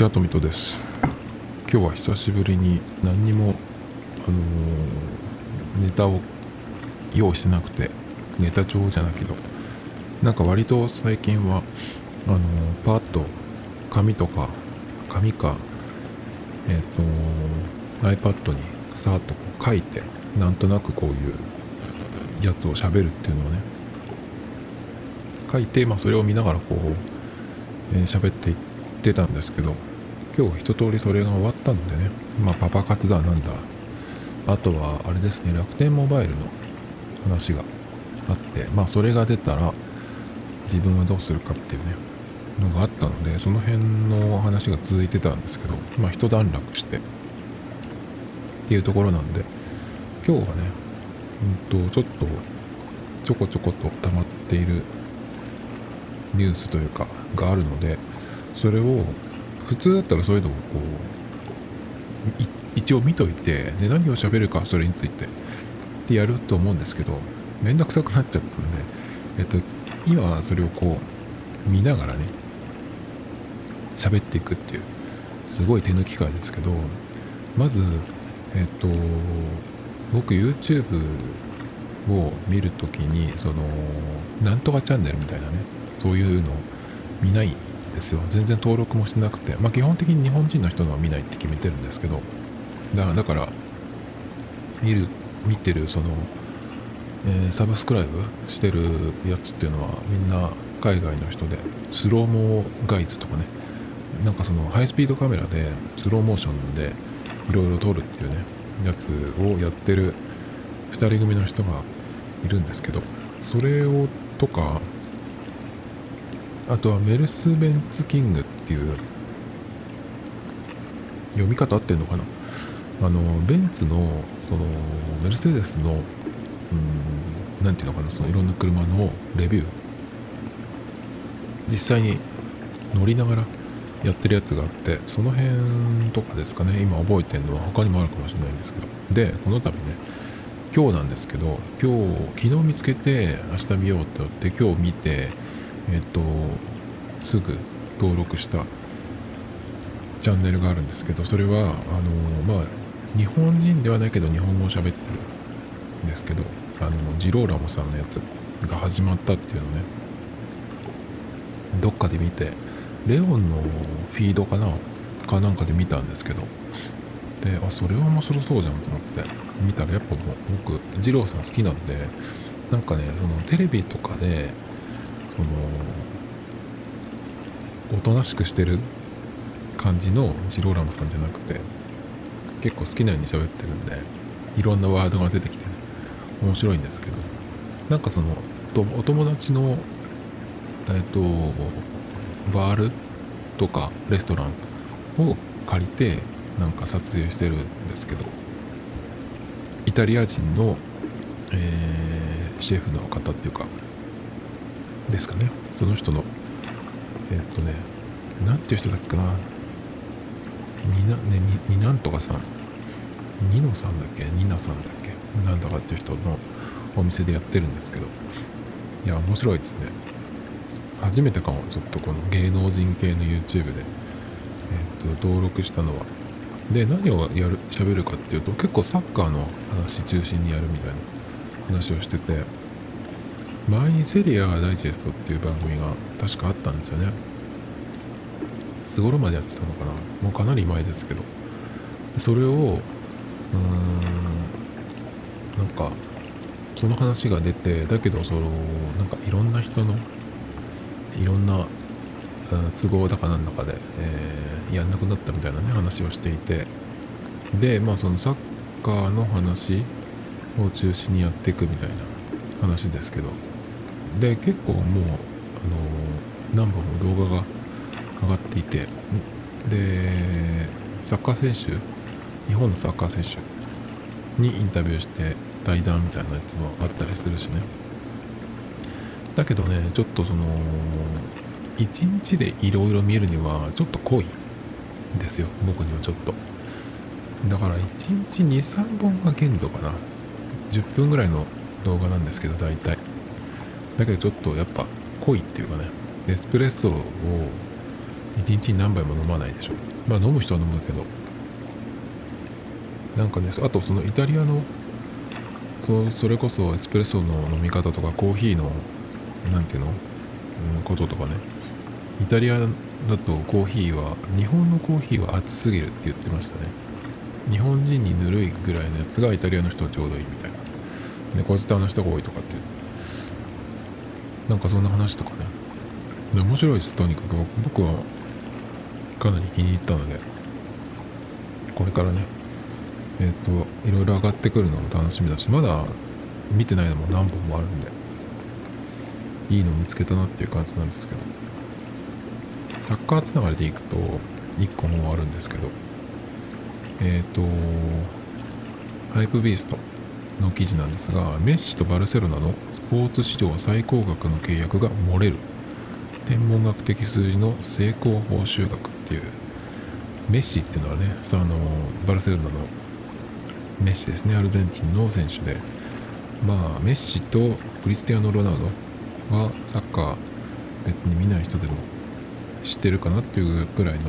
ちは、トミトです。今日は久しぶりに何にも、ネタを用意してなくて、ネタ帳じゃないけど、なんか割と最近は、パーッと紙か、iPad にさーっと書いて、なんとなくこういうやつを喋るっていうのをね、書いて、それを見ながらこう、喋っていってたんですけど、今日一通りそれが終わったんでね、パパ活だなんだ、あとはあれですね、楽天モバイルの話があって、それが出たら自分はどうするかっていうねのがあったので、その辺の話が続いてたんですけど、一段落してっていうところなんで、今日はね、ちょっとちょこちょこと溜まっているニュースというかがあるので、それを普通だったらそういうのをこう一応見といて、で何を喋るかそれについてってやると思うんですけど、めんどくさくなっちゃったんで、今はそれをこう見ながらね喋っていくっていうすごい手抜き会ですけど、まず僕 YouTube を見るときになんとかチャンネルみたいなね、そういうのを見ないんですよ。全然登録もしてなくて、基本的に日本人の人のは見ないって決めてるんですけど、だから見てるサブスクライブしてるやつっていうのはみんな海外の人で、スローモーガイズとかね、なんかハイスピードカメラでスローモーションでいろいろ撮るっていうねやつをやってる2人組の人がいるんですけど、それをとか、あとはメルスベンツキングっていう読み方合ってんのかな、ベンツのメルセデスのなんていうのかな、いろんな車のレビュー、実際に乗りながらやってるやつがあって、その辺とかですかね、今覚えてるのは他にもあるかもしれないんですけど、でこの度ね、今日なんですけど、昨日見つけて明日見ようって言って今日見て、すぐ登録したチャンネルがあるんですけど、それは日本人ではないけど日本語を喋ってるんですけど、ジローラモさんのやつが始まったっていうのね、どっかで見て、レオンのフィードかなんかで見たんですけど、でそれは面白そうじゃんと思って見たら、やっぱもう僕ジローさん好きなんで、なんかね、テレビとかでおとなしくしてる感じのジローラモさんじゃなくて、結構好きなように喋ってるんで、いろんなワードが出てきて、ね、面白いんですけど、なんかお友達のバールとかレストランを借りてなんか撮影してるんですけど、イタリア人の、シェフの方っていうかですかね、その人のなんていう人だっけな、ニなんとかさん、ニノさんだっけ、ニナさんだっけ、なんだかっていう人のお店でやってるんですけど、いや面白いですね。初めてかも、ちょっとこの芸能人系の YouTube で、登録したのは。で何を喋るかっていうと、結構サッカーの話中心にやるみたいな話をしてて、前にセリアダイジェストっていう番組が確かあったんですよね。いつ頃までやってたのかな、もうかなり前ですけど、それをなんかその話が出て、だけどなんかいろんな人のいろんな都合だかなんだかで、やんなくなったみたいなね話をしていて、でそのサッカーの話を中心にやっていくみたいな話ですけど、で結構もう何本も動画が上がっていて、でサッカー選手、日本のサッカー選手にインタビューして対談みたいなやつもあったりするしね。だけどね、ちょっと一日でいろいろ見るにはちょっと濃いんですよ、僕にはちょっと。だから1日2、3本が限度かな。10分ぐらいの動画なんですけど、大体。だけどちょっとやっぱ濃いっていうかね、エスプレッソを1日に何杯も飲まないでしょ。 まあ飲む人は飲むけど、なんかね、あとそのイタリアのそれこそエスプレッソの飲み方とかコーヒーのなんていうの、こととかね、イタリアだとコーヒーは日本のコーヒーは熱すぎるって言ってましたね。日本人にぬるいぐらいのやつがイタリアの人はちょうどいいみたいな。でこちらの人が多いとかっていう、なんかそんな話とかね。で面白いです。とにかく僕はかなり気に入ったので、これからね、いろいろ上がってくるのも楽しみだし、まだ見てないのも何本もあるんで、いいの見つけたなっていう感じなんですけど、サッカーつながりでいくと1個もあるんですけど、ハイプビーストの記事なんですが、メッシとバルセロナのスポーツ史上最高額の契約が漏れる、天文学的数字の成功報酬額っていう、メッシっていうのはね、バルセロナのメッシですね、アルゼンチンの選手で、まあメッシとクリスティアーノ・ロナウドはサッカー別に見ない人でも知ってるかなっていうくらいの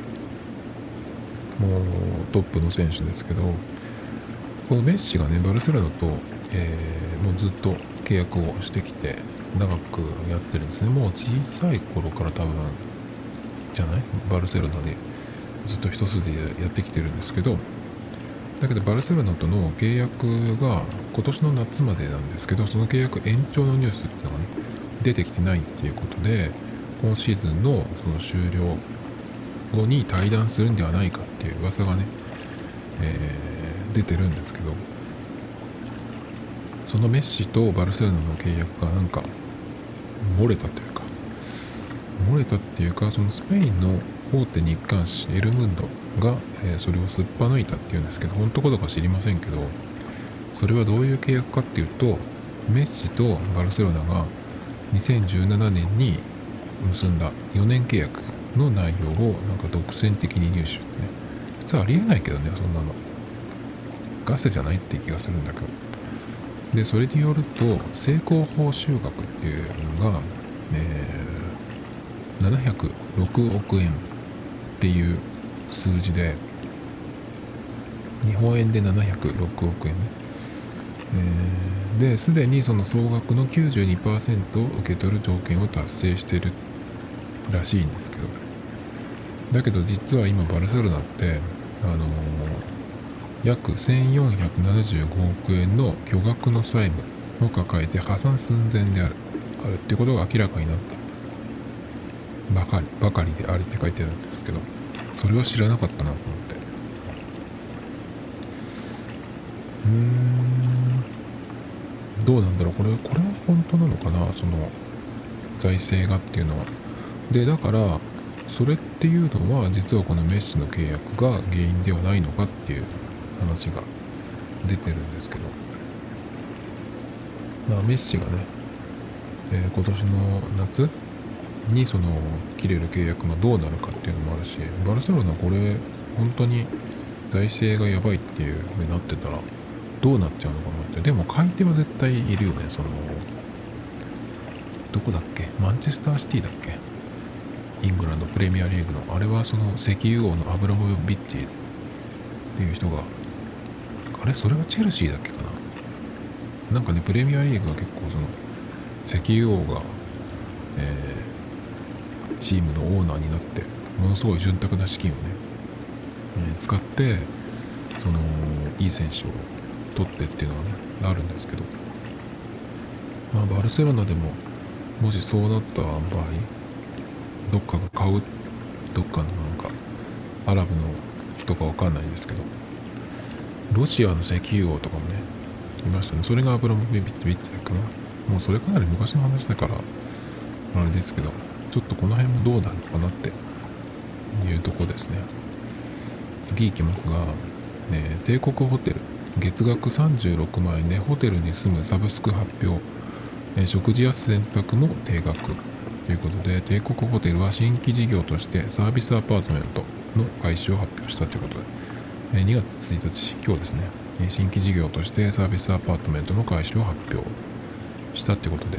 もうトップの選手ですけど、このメッシがねバルセロナと、もうずっと契約をしてきて長くやってるんですね。もう小さい頃から多分じゃない、バルセロナでずっと一筋でやってきてるんですけど、だけどバルセロナとの契約が今年の夏までなんですけど、その契約延長のニュースっていうのがね出てきてないっていうことで、今シーズンのその終了後に退団するんではないかっていう噂がね、出てるんですけど、そのメッシとバルセロナの契約がなんか漏れたというか、そのスペインの大手日刊紙エルムンドが、それをすっぱ抜いたっていうんですけど、本当かどうか知りませんけど、それはどういう契約かっていうと、メッシとバルセロナが2017年に結んだ4年契約の内容をなんか独占的に入手ってね、普通ありえないけどね、そんなのガセじゃないって気がするんだけど、でそれによると成功報酬額っていうのが、706億円っていう数字で、日本円で706億円ね、ですでにその総額の 92% を受け取る条件を達成しているらしいんですけど、だけど実は今バルセロナって約1475億円の巨額の債務を抱えて破産寸前であるっていうことが明らかになったばかりでありって書いてあるんですけど、それは知らなかったなと思って、どうなんだろう、これは本当なのかな、その財政がっていうのは。でだからそれっていうのは実はこのメッシの契約が原因ではないのかっていう話が出てるんですけど、まあメッシがね、今年の夏にその切れる契約がどうなるかっていうのもあるし、バルセロナこれ本当に財政がやばいっていう風になってたらどうなっちゃうのかなって。でも買い手は絶対いるよね。そのどこだっけ、マンチェスターシティだっけ、イングランドプレミアリーグの、あれはその石油王のアブラモビッチっていう人が、あれそれはチェルシーだっけかな、なんかねプレミアリーグは結構その石油王が、チームのオーナーになってものすごい潤沢な資金をね、使ってそのいい選手を取ってっていうのがねあるんですけど、まあバルセロナでももしそうなった場合、どっかが買う、どっかのなんかアラブの人かわかんないですけど、ロシアの石油王とかもねいましたね。それがアブラモビッチだっけな、もうそれかなり昔の話だからあれですけど、ちょっとこの辺もどうなるのかなっていうとこですね。次行きますが、帝国ホテル月額36万円でホテルに住むサブスク発表、食事や洗濯も定額ということで、帝国ホテルは新規事業としてサービスアパートメントの開始を発表したということで、2月1日今日ですね、新規事業としてサービスアパートメントの開始を発表したということで、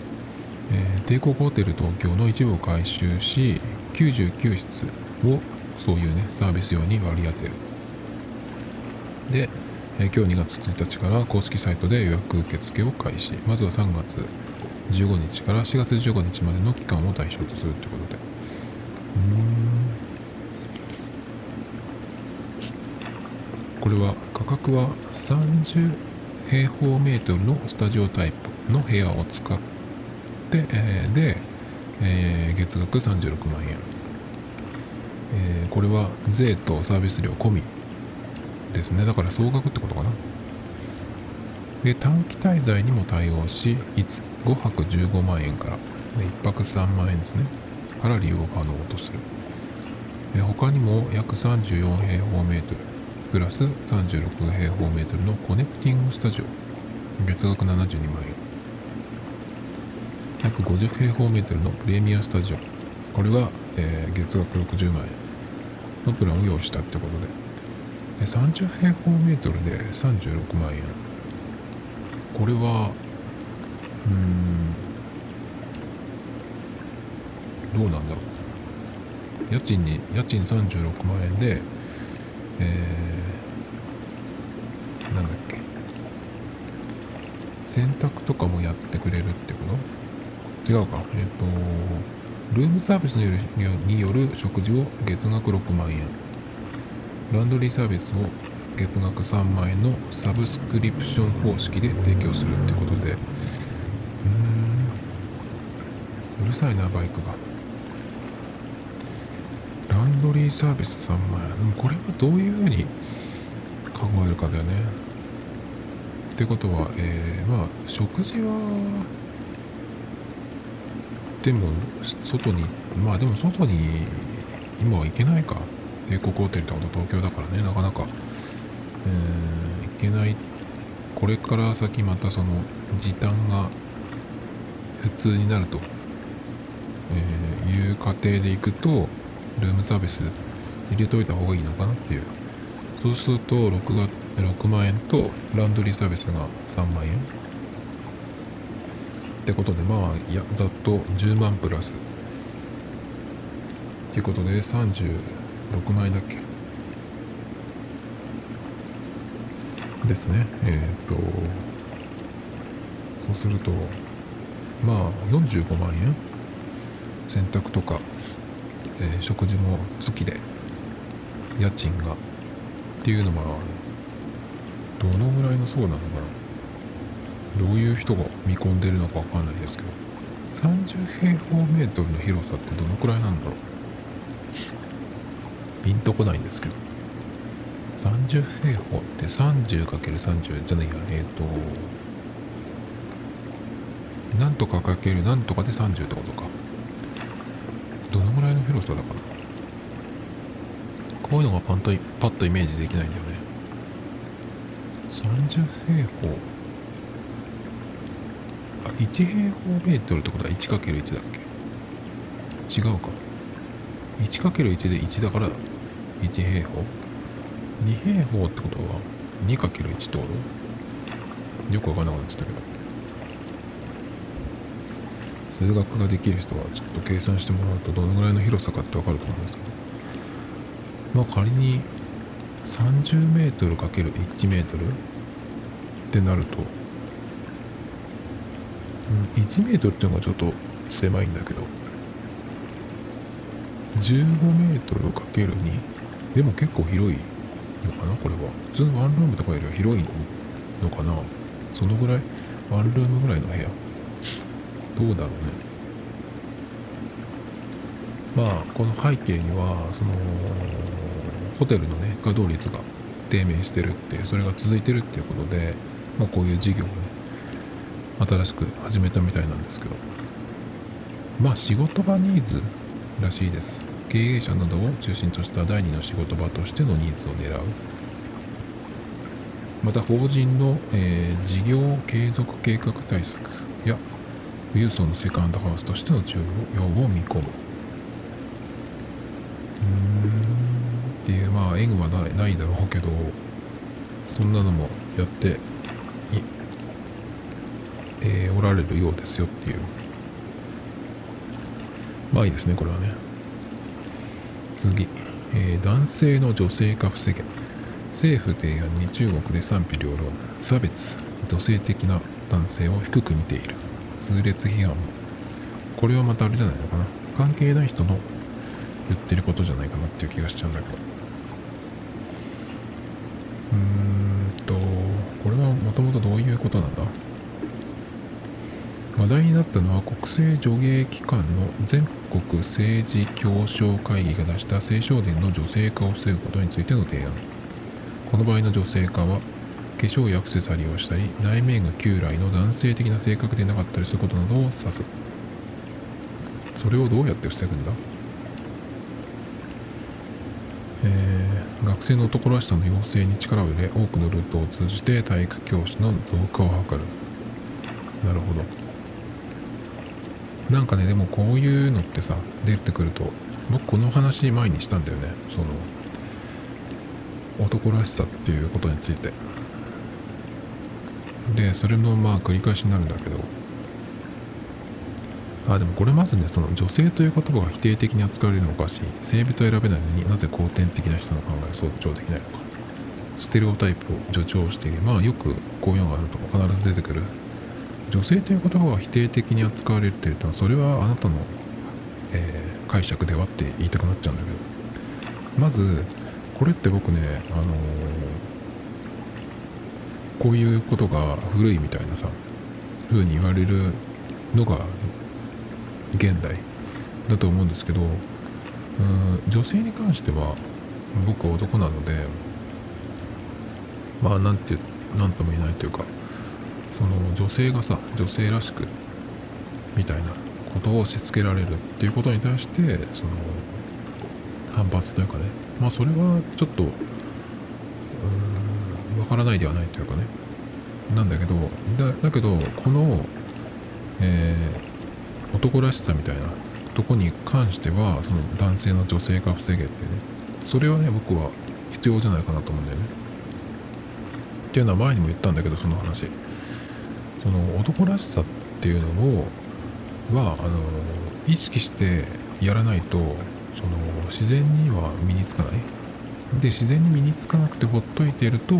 帝国ホテル東京の一部を改修し99室をそういうねサービス用に割り当てる。で、今日2月1日から公式サイトで予約受付を開始。まずは3月15日から4月15日までの期間を対象とするということで、これは価格は30平方メートルのスタジオタイプの部屋を使って、月額36万円、これは税とサービス料込みですね。だから総額ってことかな。で、短期滞在にも対応し、5泊15万円から1泊3万円ですねから利用可能とする。他にも約34平方メートルプラス36平方メートルのコネクティングスタジオ、月額72万円、約50平方メートルのプレミアスタジオ、これは、月額60万円のプランを用意したってことで、30平方メートルで36万円、これはどうなんだろう。家賃36万円で、なんだっけ、洗濯とかもやってくれるってこと？違うか。ルームサービスによる食事を月額6万円、ランドリーサービスを月額3万円のサブスクリプション方式で提供するってことで、うるさいなバイクが。ランドリーサービス3万円、これはどういうふうに考えるかだよね。ってことは、まあ食事はでも外に、まあでも外に今は行けないか。帝国ホテルってことは東京だからね、なかなか、行けない。これから先またその時短が普通になると、いう過程で行くとルームサービス入れといた方がいいのかなっていう。そうすると6万円とランドリーサービスが3万円ってことで、まあざっと10万プラスっていうことで36万円だっけですね。そうするとまあ45万円、洗濯とか、食事も月で家賃がっていうのはどのぐらいの層なのかな。どういう人が見込んでるのかわかんないですけど、30平方メートルの広さってどのくらいなんだろう。ピンとこないんですけど、30平方って 30×30 じゃないや、なんとかかけるなんとかで30ってことか。どのぐらいの広さだかな。こういうのがパッとイメージできないんだよね。30平方、1平方メートルってことは 1×1 だっけ。違うか。1×1 で1だから1平方、2平方ってことは 2×1 ってこと？よくわかんなくなっちゃったけど、数学ができる人はちょっと計算してもらうとどのぐらいの広さかってわかると思うんですけど、まあ仮に30メートル ×1 メートルってなると、1メートルっていうのがちょっと狭いんだけど、15メートル ×2 でも結構広いのかな。これは普通のワンルームとかよりは広いのかな。そのぐらい、ワンルームぐらいの部屋、どうだろうね。まあこの背景にはそのホテルのね稼働率が低迷してるっていう、それが続いてるっていうことで、まあこういう事業をね新しく始めたみたいなんですけど、まあ仕事場ニーズらしいです。経営者などを中心とした第二の仕事場としてのニーズを狙う。また法人の、事業継続計画対策や富裕層のセカンドハウスとしての需要を見込むっていう、まあ縁はないだろうけど、そんなのもやっておられるようですよっていう。まあいいですね、これはね。次。 男性の女性化防げ、政府提案に中国で賛否両論、差別、女性的な男性を低く見ている、痛烈批判も。これはまたあれじゃないのかな、関係ない人の言ってることじゃないかなっていう気がしちゃうんだけど、これはもともとどういうことなんだ。話題になったのは国政助言機関の全国政治協商会議が出した青少年の女性化を防ぐことについての提案。この場合の女性化は化粧やアクセサリーをしたり、内面が旧来の男性的な性格でなかったりすることなどを指す。それをどうやって防ぐんだ。学生の男らしさの養成に力を入れ、多くのルートを通じて体育教師の増加を図る。なるほど。なんかね、でもこういうのってさ、出てくると、僕この話前にしたんだよね。その男らしさっていうことについて。で、それの繰り返しになるんだけど、でもこれまずね、その女性という言葉が否定的に扱われるのおかしい。性別は選べないのになぜ肯定的な人の考えを尊重できないのか。ステレオタイプを助長している。よくこういうのがあると必ず出てくる。女性という言葉が否定的に扱われているというのは、それはあなたの、解釈ではって言いたくなっちゃうんだけど、まずこれって僕ね、こういうことが古いみたいなさ風に言われるのが現代だと思うんですけど、女性に関しては僕は男なので、なんとも言えないというか、その女性がさ、女性らしくみたいなことを押し付けられるっていうことに対して、その反発というかね、それはちょっとわからないではないというかね、なんだけど、だけどこの、男らしさみたいなとこに関しては、その男性の女性化防げってね、それはね、僕は必要じゃないかなと思うんだよね。っていうのは前にも言ったんだけど、その話、その男らしさっていうのは意識してやらないと、その自然には身につかない。で、自然に身につかなくてほっといていると、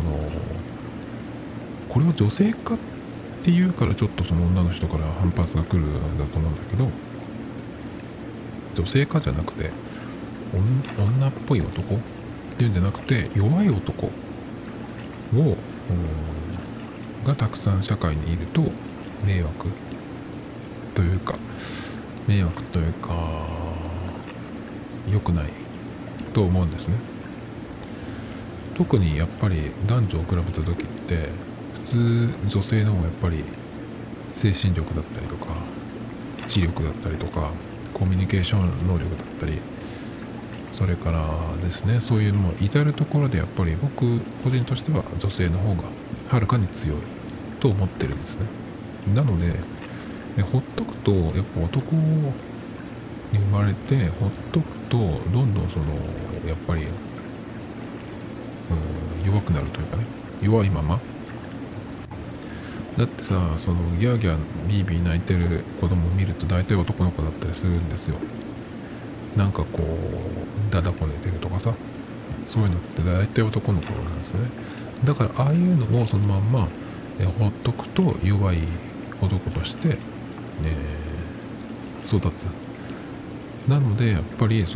これを女性化っていうから、ちょっとその女の人から反発が来るんだと思うんだけど、女性化じゃなくて女っぽい男っていうんじゃなくて、弱い男をがたくさん社会にいると迷惑というか良くないと思うんですね。特にやっぱり男女を比べた時って、普通女性の方がやっぱり精神力だったりとか知力だったりとかコミュニケーション能力だったり、それからですね、そういうのも至るところでやっぱり僕個人としては女性の方がはるかに強いと思ってるんですね。なので、ほっとくとやっぱ男に生まれてほっとくと、どんどんやっぱり弱くなるというかね、弱いままだってさ、ギャーギャービービー泣いてる子供を見ると大体男の子だったりするんですよ。なんかこうだだこねてるとかさ、そういうのって大体男の子なんですね。だからああいうのをそのまんまほっとくと弱い男として、育つ。なのでやっぱり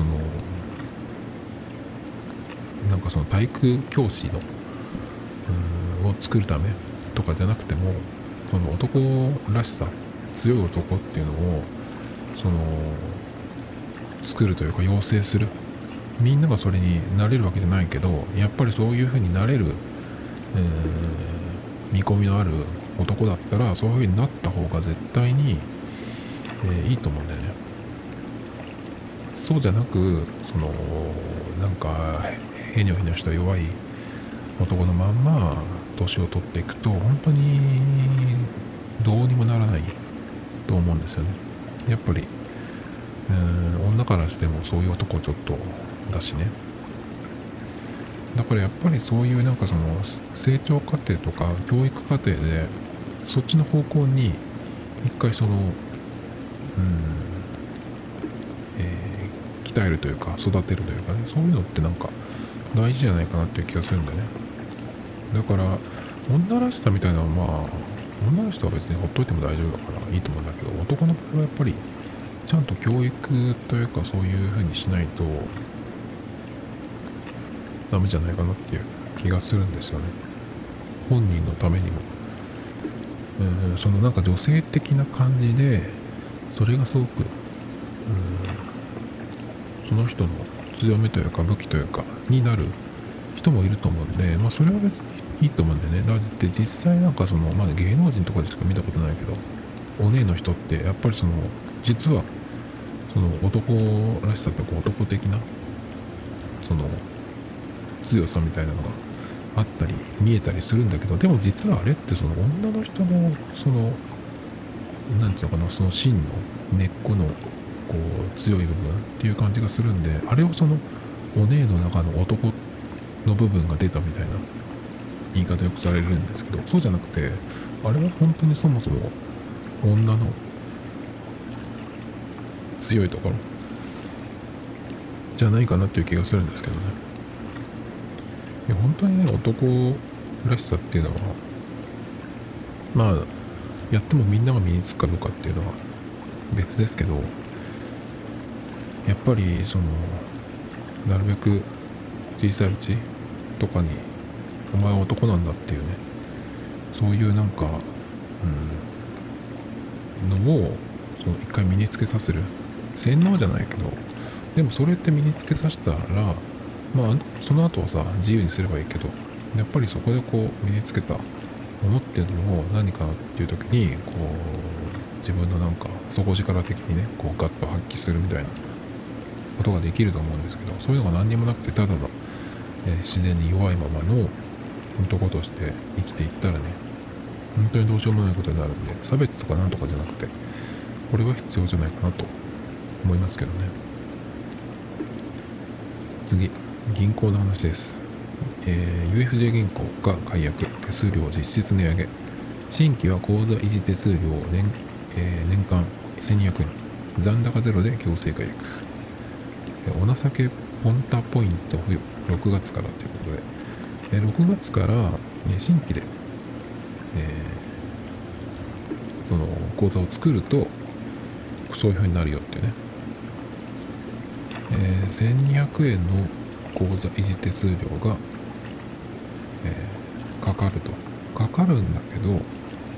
なんかその体育教師のを作るためとかじゃなくても、その男らしさ、強い男っていうのを作るというか養成する。みんながそれになれるわけじゃないけど、やっぱりそういう風になれる、見込みのある男だったら、そういう風になった方が絶対に、いいと思うんだよね。そうじゃなく、なんかへにょへにょした弱い男のまんま年を取っていくと、本当にどうにもならないと思うんですよね。やっぱり女からしてもそういう男ちょっとだしね。だからやっぱりそういうなんか成長過程とか教育過程でそっちの方向に一回鍛えるというか育てるというかね、そういうのってなんか大事じゃないかなっていう気がするんだよね。だから女らしさみたいなのは女の人は別にほっといても大丈夫だからいいと思うんだけど、男の場合はやっぱりちゃんと教育というかそういう風にしないとダメじゃないかなっていう気がするんですよね。本人のためにも。そのなんか女性的な感じで、それがすごく、その人の強みというか武器というかになる人もいると思うんで、それは別にいいと思うんだよね。だって実際なんかその、芸能人とかでしか見たことないけど、お姉の人ってやっぱりその、実はその男らしさとか男的な、その強さみたいなのがあったり見えたりするんだけど、でも実はあれってその女の人のそのなんていうのかな、その真の根っこのこう強い部分っていう感じがするんで、あれをそのお姉の中の男の部分が出たみたいな言い方よくされるんですけど、そうじゃなくて、あれは本当にそもそも女の強いところじゃないかなっていう気がするんですけどね。いや本当にね、男らしさっていうのはやってもみんなが身につくかどうかっていうのは別ですけど、やっぱりそのなるべく小さいうちとかにお前は男なんだっていうね、そういうなんか、のをその一回身につけさせる、洗脳じゃないけど、でもそれって身につけさせたらその後はさ自由にすればいいけど、やっぱりそこでこう身につけたものっていうのを何かっていう時にこう自分のなんか底力的にねこうガッと発揮するみたいなことができると思うんですけど、そういうのが何にもなくてただの、自然に弱いままの男として生きていったらね、本当にどうしようもないことになるんで、差別とかなんとかじゃなくてこれは必要じゃないかなと思いますけどね。次、銀行の話です。UFJ 銀行が解約、手数料実質値上げ。新規は口座維持手数料年間1200円。残高ゼロで強制解約。お情けポンタポイント付与。6月からということで、6月から、新規で、その口座を作るとそういう風になるよっていうね。1200円の口座維持手数料が、かかるんだけど、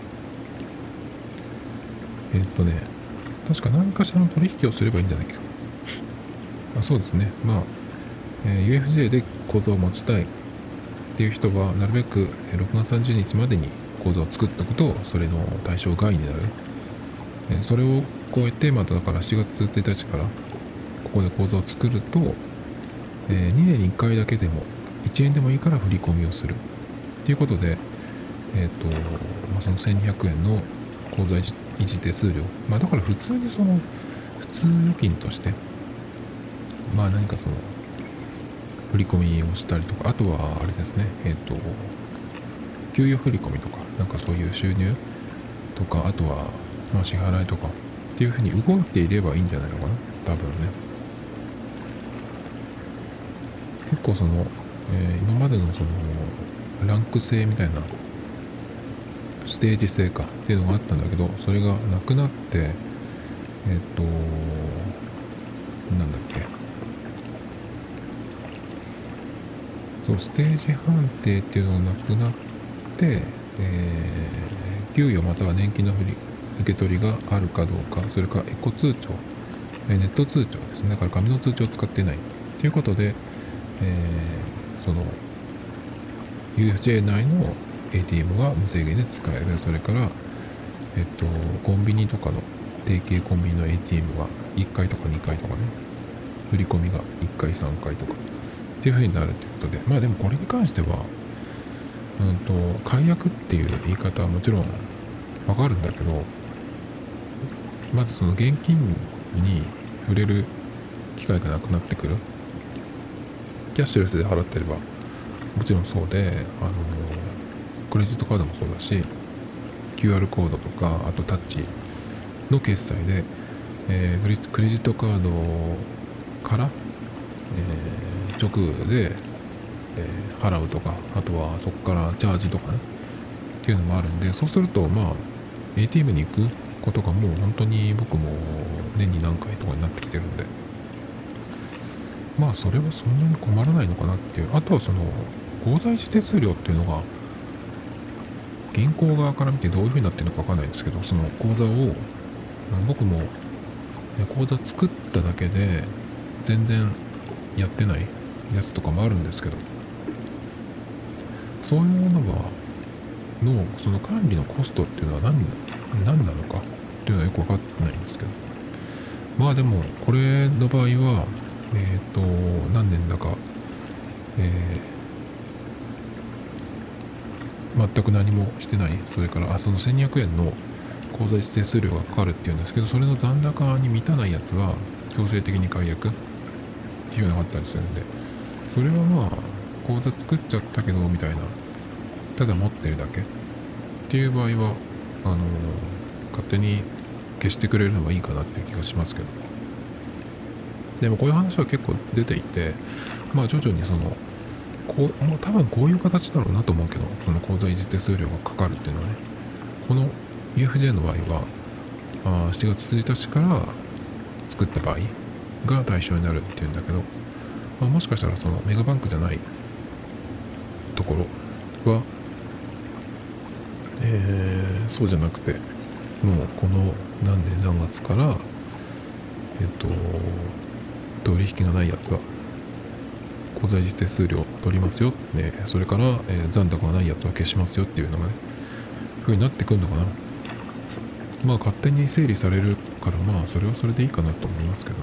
確か何かしらの取引をすればいいんじゃないかな。そうですね。UFJ で口座を持ちたいっていう人はなるべく6月30日までに口座を作っておくとそれの対象外になる。それを超えてだから4月1日からここで口座を作ると、2年に1回だけでも1円でもいいから振り込みをするっていうことで、その1200円の口座維持手数料、だから普通にその普通預金として何かその振り込みをしたりとか、あとはあれですね、給与振り込みとかなんかそういう収入とか、あとは支払いとかっていうふうに動いていればいいんじゃないのかな、多分ね。結構その、今までのそのランク制みたいなステージ制かっていうのがあったんだけど、それがなくなって、なんだっけ、そうステージ判定っていうのがなくなって、給与または年金の受け取りがあるかどうか、それからエコ通帳、ネット通帳ですね。だから紙の通帳を使っていないということで、その UFJ 内の ATM が無制限で使える。それから、コンビニとかの提携コンビニの ATM が1回とか2回とかね、振り込みが1回3回とかっていう風になるということで、でもこれに関しては解約っていう言い方はもちろんわかるんだけど、まずその現金に触れる機会がなくなってくる。キャッシュレスで払ってればもちろんそうで、クレジットカードもそうだし QR コードとか、あとタッチの決済で、クレジットカードから、直で、払うとか、あとはそこからチャージとかねっていうのもあるんで、そうするとまあ ATM に行くことがもう本当に僕も年に何回とかになってきてるんで、まあそれはそんなに困らないのかなっていう。あとはその口座維持手数料っていうのが銀行側から見てどういう風になってるのかわかんないんですけど、その口座を僕も口座作っただけで全然やってないやつとかもあるんですけど、そういうのはその管理のコストっていうのは何なのかっていうのはよく分かってないんですけど、まあでもこれの場合は何年だか、全く何もしてない、それからその1200円の口座維持手数料がかかるっていうんですけど、それの残高に満たないやつは強制的に解約っていうのがあったりするんで、それはまあ口座作っちゃったけどみたいな、ただ持ってるだけっていう場合は勝手に消してくれるのがいいかなっていう気がしますけど、でもこういう話は結構出ていて、まあ徐々にもう多分こういう形だろうなと思うけど、その口座維持手数料がかかるっていうのはね、この UFJ の場合は7月1日から作った場合が対象になるっていうんだけど、もしかしたらそのメガバンクじゃないところは、そうじゃなくて、もうこの何年何月から取引がないやつは口座維持手数料取りますよ、それから、残高がないやつは消しますよっていうのがね、風になってくるのかな。まあ勝手に整理されるから、まあそれはそれでいいかなと思いますけどね。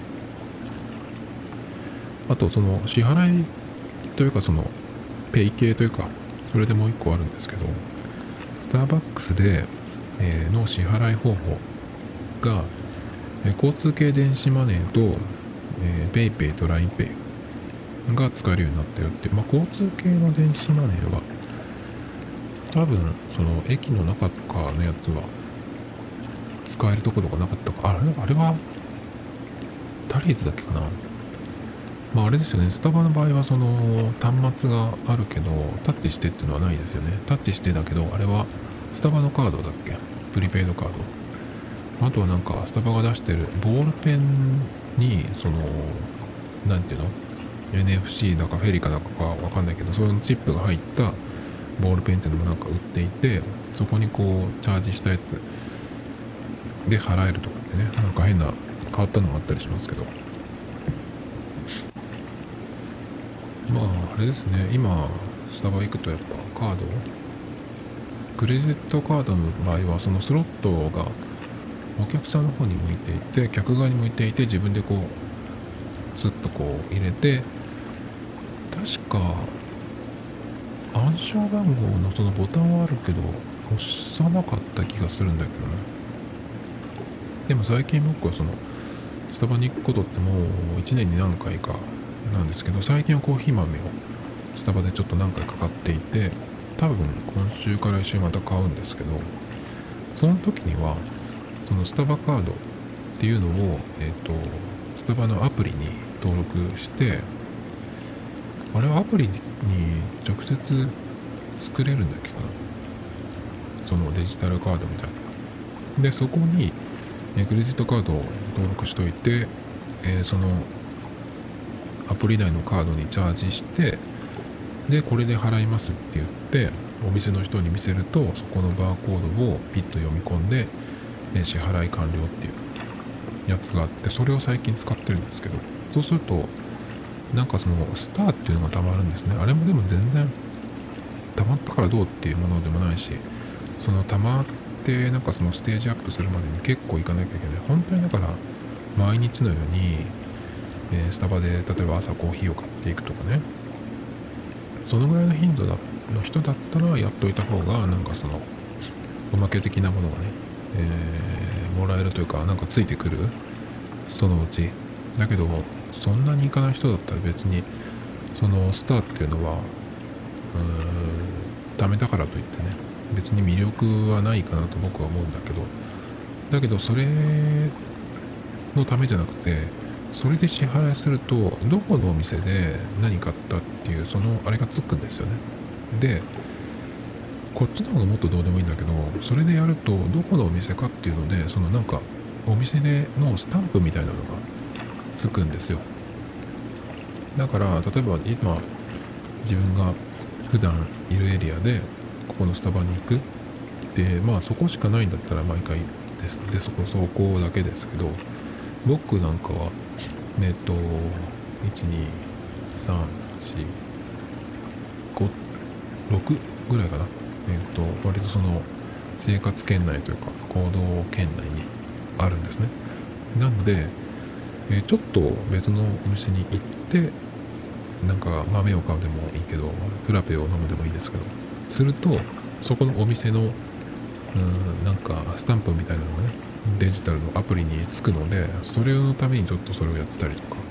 あとその支払いというか、そのペイ系というか、それでもう一個あるんですけど、スターバックスで、の支払い方法が、交通系電子マネーと、ペイペイと LINEPay が使えるようになってるっていう、まあ、交通系の電子マネーは多分その駅の中とかのやつは使えるところがなかったか、あれはタリーズだっけかな。まああれですよね、スタバの場合はその端末があるけどタッチしてっていうのはないですよね。タッチしてだけど、あれはスタバのカードだっけ、プリペイドカード。あとはなんかスタバが出してるボールペンになんていうの、 NFC だかフェリカだかわかんないけど、そのチップが入ったボールペンっていうのもなんか売っていて、そこにこうチャージしたやつで払えるとかってね、なんか変な変わったのがあったりしますけど、まああれですね、今スタバ行くとやっぱカード、クレジットカードの場合はそのスロットがお客さんの方に向いていて、客側に向いていて、自分でこうスッとこう入れて、確か暗証番号のそのボタンはあるけど押さなかった気がするんだけどね。でも最近僕はそのスタバに行くことってもう1年に何回かなんですけど、最近はコーヒー豆をスタバでちょっと何回か買っていて、多分今週から来週また買うんですけど、その時にはそのスタバカードっていうのを、スタバのアプリに登録して、あれはアプリに直接作れるんだっけかな、そのデジタルカードみたいな。でそこにクレジットカードを登録しといて、そのアプリ内のカードにチャージして、でこれで払いますって言ってお店の人に見せると、そこのバーコードをピッと読み込んで、支払い完了っていうやつがあって、それを最近使ってるんですけど、そうするとなんかそのスターっていうのがたまるんですね。あれもでも全然たまったからどうっていうものでもないし、そのたまってなんかそのステージアップするまでに結構行かなきゃいけない。本当にだから毎日のように、スタバで例えば朝コーヒーを買っていくとかね、そのぐらいの頻度の人だったらやっといた方が、なんかそのおまけ的なものがね、もらえるというか、なんかついてくる、そのうち。だけどそんなに行かない人だったら別にそのスターっていうのはダメだからといってね、別に魅力はないかなと僕は思うんだけど、だけどそれのためじゃなくて、 それで支払いするとどこのお店で何買ったっていうそのあれがつくんですよね。でこっちの方がもっとどうでもいいんだけど、それでやるとどこのお店かっていうので、そのなんかお店でのスタンプみたいなのがつくんですよ。だから例えば今自分が普段いるエリアでここのスタバに行くで、まあそこしかないんだったら毎回ですでそこだけですけど、僕なんかは12345 6ぐらいかな。割とその生活圏内というか行動圏内にあるんですね。なので、ちょっと別のお店に行ってなんか豆を買うでもいいけどフラペを飲むでもいいですけど、するとそこのお店のなんかスタンプみたいなのがねデジタルのアプリにつくので、それのためにちょっとそれをやってたりとか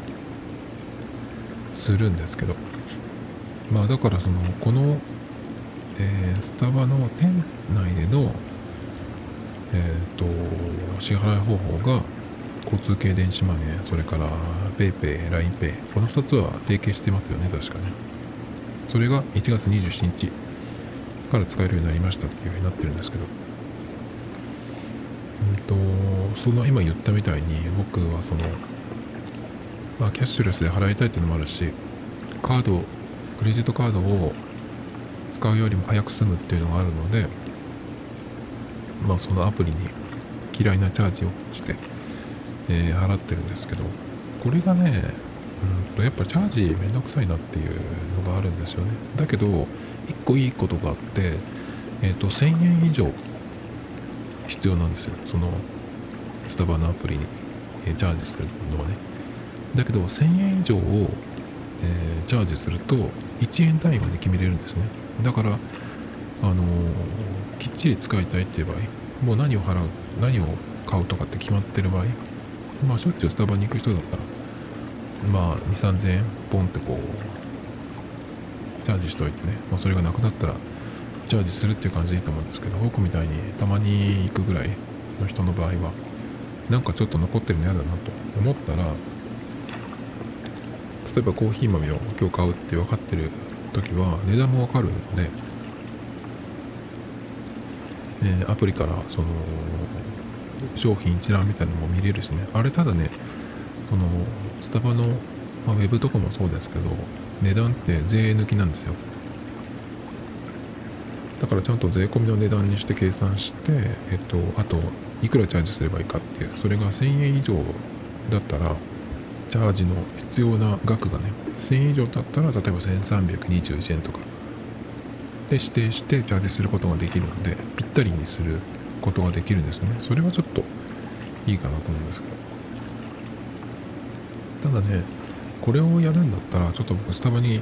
するんですけど、まあだからそのこの、スタバの店内での支払い方法が交通系電子マネー、それから PayPay、LINEPay、この2つは提携してますよね、確かね。それが1月27日から使えるようになりましたっていうふうになってるんですけど、その今言ったみたいに僕はその、まあ、キャッシュレスで払いたいっていうのもあるし、クレジットカードを使うよりも早く済むっていうのがあるので、まあそのアプリに嫌いなチャージをして、払ってるんですけど、これがね、やっぱチャージめんどくさいなっていうのがあるんですよね。だけど一個いいことがあって、1000円以上必要なんですよ、そのスタバのアプリに、チャージするのはね。だけど1000円以上を、チャージすると1円単位まで決めれるんですね。だからきっちり使いたいっていう場合、もう何を買うとかって決まってる場合、まあしょっちゅうスタバに行く人だったらまあ2、3000円ポンってこうチャージしといてね、まあ、それがなくなったらチャージするっていう感じでいいと思うんですけど、僕みたいにたまに行くぐらいの人の場合はなんかちょっと残ってるの嫌だなと思ったら、例えばコーヒー豆を今日買うって分かってる時は値段も分かるので、アプリからその商品一覧みたいなのも見れるしね。あれただね、そのスタバの、まあ、ウェブとかもそうですけど値段って税抜きなんですよ。だからちゃんと税込みの値段にして計算して、あといくらチャージすればいいかっていう、それが1000円以上だったらチャージの必要な額がね1000円以上だったら例えば1321円とかで指定してチャージすることができるので、ぴったりにすることができるんですよね。それはちょっといいかなと思うんですけど、ただねこれをやるんだったらちょっと僕スタバに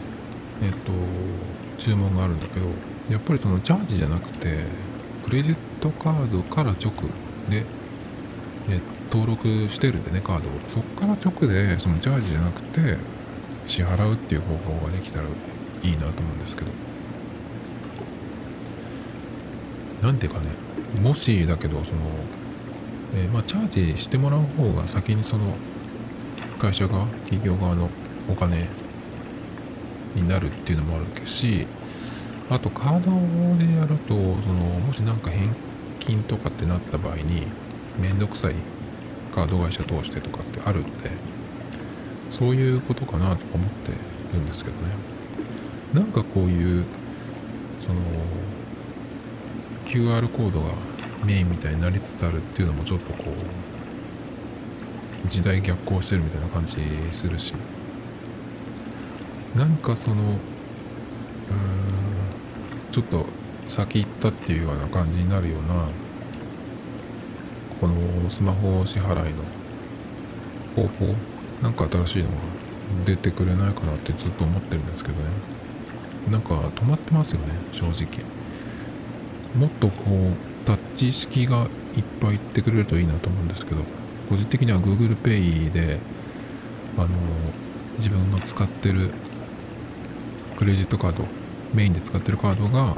注文があるんだけど、やっぱりそのチャージじゃなくてクレジットカードから直で、登録してるんでね、カードをそっから直でそのチャージじゃなくて支払うっていう方法ができたらいいなと思うんですけど、なんていうかね、もしだけどその、まあチャージしてもらう方が先にその会社側企業側のお金になるっていうのもあるし、あとカードでやるとそのもしなんか返金とかってなった場合にめんどくさいカード会社通してとかってあるんで、そういうことかなと思ってるんですけどね。なんかこういうその QR コードがメインみたいになりつつあるっていうのもちょっとこう時代逆行してるみたいな感じするし、なんかそのちょっと先行ったっていうような感じになるようなこのスマホ支払いの方法、なんか新しいのが出てくれないかなってずっと思ってるんですけどね。なんか止まってますよね、正直。もっとこうタッチ式がいっぱいいってくれるといいなと思うんですけど、個人的には Google Pay で自分の使ってるクレジットカード、メインで使ってるカードが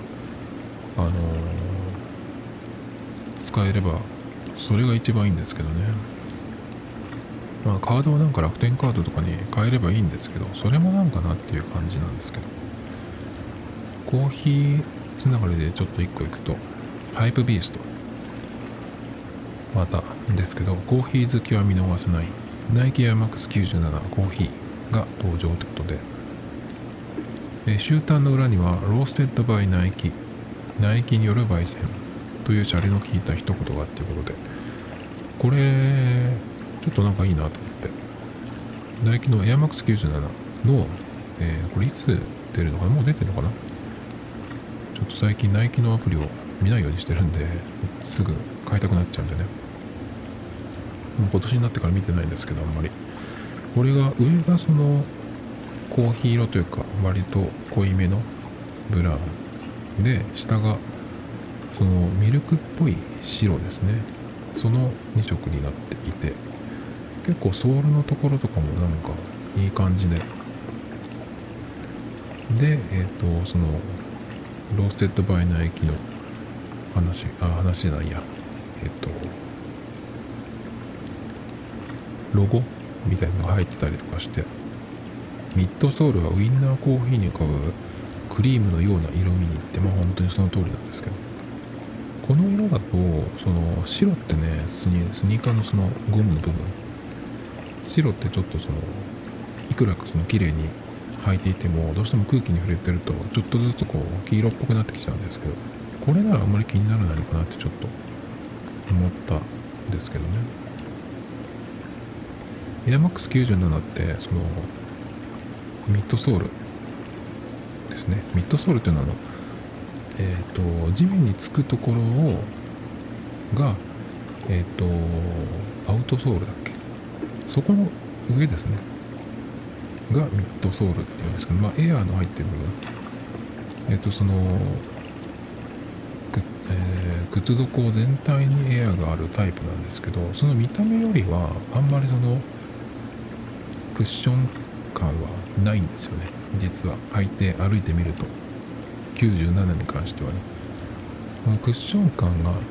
使えればそれが一番いいんですけどね。 まあカードをなんか楽天カードとかに変えればいいんですけど、それもなんかなっていう感じなんですけど、コーヒーつながりでちょっと一個いくと、ハイプビーストまたですけど、コーヒー好きは見逃せないナイキエアマックス97コーヒーが登場ということで、終端の裏にはローステッドバイナイキによる焙煎というシャレの効いた一言がっていうことで、これちょっとなんかいいなと思って、ナイキのエアマックス97の、これいつ出るのかな、もう出てるのかな。ちょっと最近ナイキのアプリを見ないようにしてるんで、すぐ買いたくなっちゃうんでね、もう今年になってから見てないんですけど、あんまりこれが上がそのコーヒー色というか割と濃いめのブラウンで、下がそのミルクっぽい白ですね。その2色になっていて、結構ソールのところとかもなんかいい感じで、そのローステッドバイナイキの話じゃないや、ロゴみたいなのが入ってたりとかして、ミッドソールはウインナーコーヒーに浮かぶクリームのような色味にって、まあ本当にその通りなんですけど、この色だとその白ってね、スニーカーのそのゴムの部分、白ってちょっとそのいくらかその綺麗に履いていても、どうしても空気に触れてるとちょっとずつこう黄色っぽくなってきちゃうんですけど、これならあんまり気にならないのかなってちょっと思ったんですけどね。エアマックス97ってそのミッドソールですね。ミッドソールっていうのは地面につくところをがアウトソールだっけ、そこの上ですねがミッドソールっていうんですけど、まあエアーの入ってる部分、その靴底全体にエアーがあるタイプなんですけど、その見た目よりはあんまりそのクッション感はないんですよね。実は履いて歩いてみると、97に関してはね、このクッション感が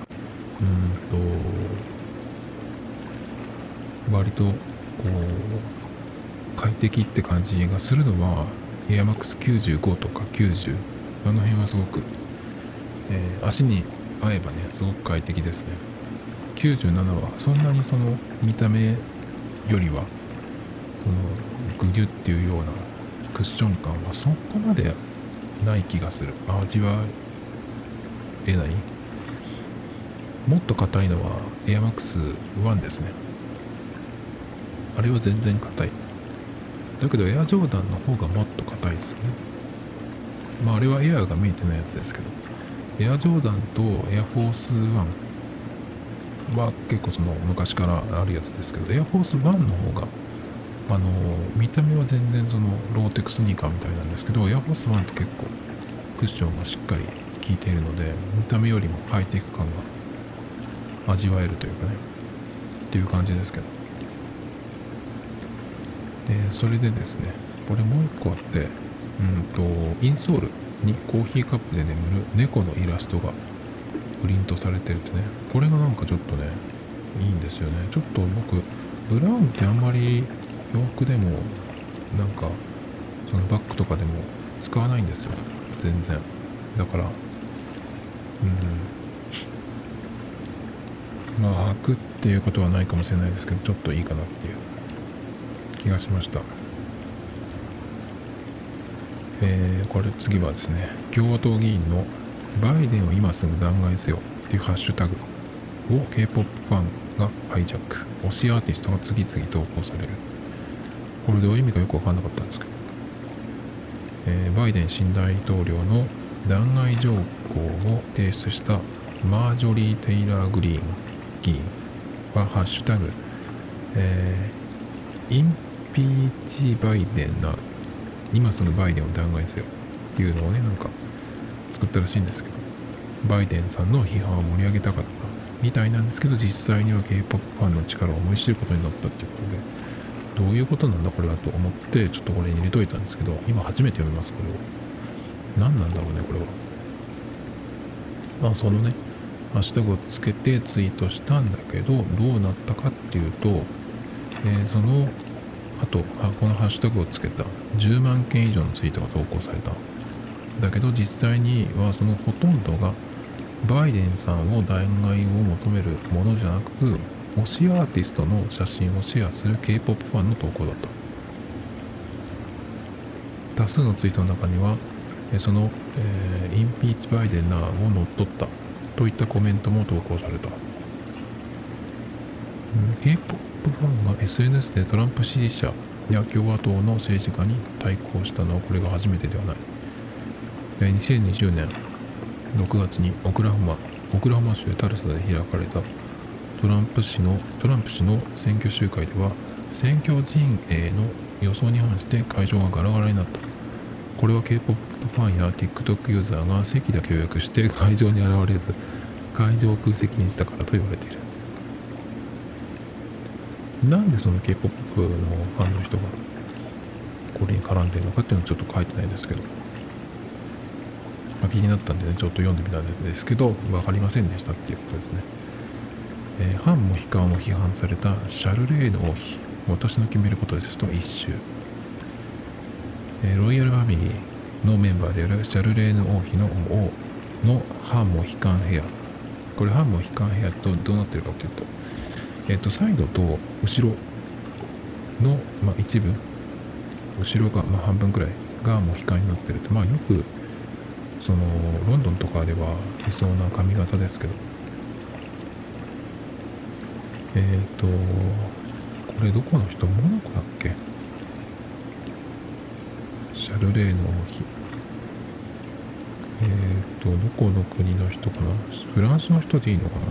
割とこう快適って感じがするのはエアマックス95とか90、あの辺はすごく、足に合えばねすごく快適ですね。97はそんなにその見た目よりはそのグリュっていうようなクッション感はそこまでない気がする。味わえない。もっと硬いのはエアマックス1ですね。あれは全然硬い。だけどエアジョーダンの方がもっと硬いですね。まああれはエアが見えてないやつですけど、エアジョーダンとエアフォース1は結構その昔からあるやつですけど、エアフォース1の方が見た目は全然そのローテクスニーカーみたいなんですけど、エアフォース1って結構クッションがしっかり効いているので、見た目よりもハイテク感が味わえるというかねっていう感じですけど、それでですね、これもう一個あって、インソールにコーヒーカップで眠る猫のイラストがプリントされてるとね、これがなんかちょっとねいいんですよね。ちょっと僕ブラウンってあんまり洋服でもなんかそのバッグとかでも使わないんですよ、全然。だからまあ履くっていうことはないかもしれないですけど、ちょっといいかなっていう気がしました。これ次はですね、共和党議員のバイデンを今すぐ弾劾せよっていうハッシュタグを K-POP ファンがハイジャック、推しアーティストが次々投稿される。これどういう意味かよく分かんなかったんですけど、バイデン新大統領の弾劾条項を提出したマージョリー・テイラー・グリーン議員はハッシュタグ、インピーチバイデンな、今すぐバイデンを弾劾せよっていうのをねなんか作ったらしいんですけど、バイデンさんの批判を盛り上げたかったみたいなんですけど、実際には K-POP ファンの力を思い知ることになったっていうことで、どういうことなんだこれはと思ってちょっとこれに入れといたんですけど、今初めて読みます。これを何なんだろうねこれは。まあそのねハッシュタグをつけてツイートしたんだけど、どうなったかっていうと、 あとこのハッシュタグをつけた10万件以上のツイートが投稿された。だけど実際にはそのほとんどがバイデンさんを弾劾を求めるものじゃなく、推しアーティストの写真をシェアする K-POP ファンの投稿だった。多数のツイートの中にはその、インピーチバイデンなを乗っ取ったといったコメントも投稿された。K-POP ファンが SNS でトランプ支持者や共和党の政治家に対抗したのはこれが初めてではない。2020年6月にオクラホマ州タルサで開かれたトランプ氏の選挙集会では、選挙陣営の予想に反して会場がガラガラになった。これは K-POP ファンや TikTok ユーザーが席だけ予約して会場に現れず、会場を空席にしたからと言われている。なんでその K-POP のファンの人がこれに絡んでるのかっていうのはちょっと書いてないですけど、気になったんでね、ちょっと読んでみたんですけど、分かりませんでしたっていうことですね。反モヒカンを批判されたシャルレーヌ王妃、私の決めることですと一首。ロイヤルファミリーのメンバーであるシャルレーヌ王妃の反モヒカンヘア。これ反モヒカンヘアとどうなってるかというと、サイドと後ろの、一部、後ろが、半分くらいがモヒカンになってるって、よくそのロンドンとかではいそうな髪型ですけど、これどこの人？モナコだっけ？シャルレーヌ王妃。どこの国の人かな？フランスの人でいいのかな？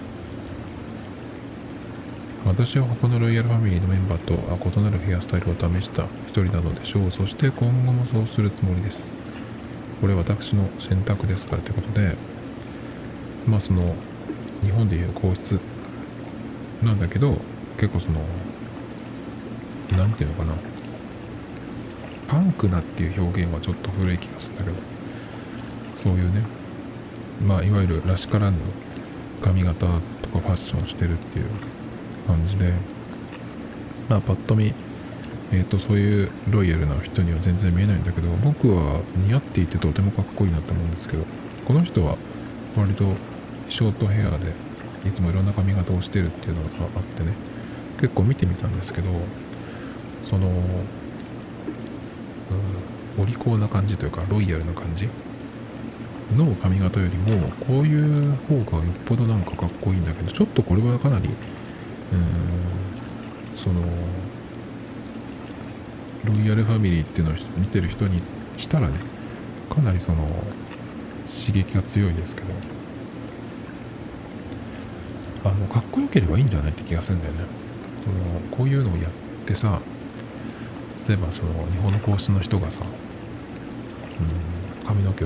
私は他のロイヤルファミリーのメンバーと異なるヘアスタイルを試した一人なのでしょう。そして今後もそうするつもりです。これは私の選択ですからということで、その日本でいう皇室なんだけど、結構そのなんていうのかな、パンクなっていう表現はちょっと古い気がするんだけど、そういうね、いわゆるらしからぬ髪型とかファッションをしてるっていう感じで、パッと見そういうロイヤルな人には全然見えないんだけど、僕は似合っていてとてもかっこいいなと思うんですけど、この人は割とショートヘアでいつもいろんな髪型をしてるっていうのがあってね、結構見てみたんですけど、そのお利口な感じというかロイヤルな感じの髪型よりも、こういう方がよっぽどなんかかっこいいんだけど、ちょっとこれはかなりそのロイヤルファミリーっていうのを見てる人にしたらね、かなりその刺激が強いですけど、かっこよければいいんじゃないって気がするんだよね。こういうのをやってさ、例えばその日本の皇室の人がさ、髪の毛を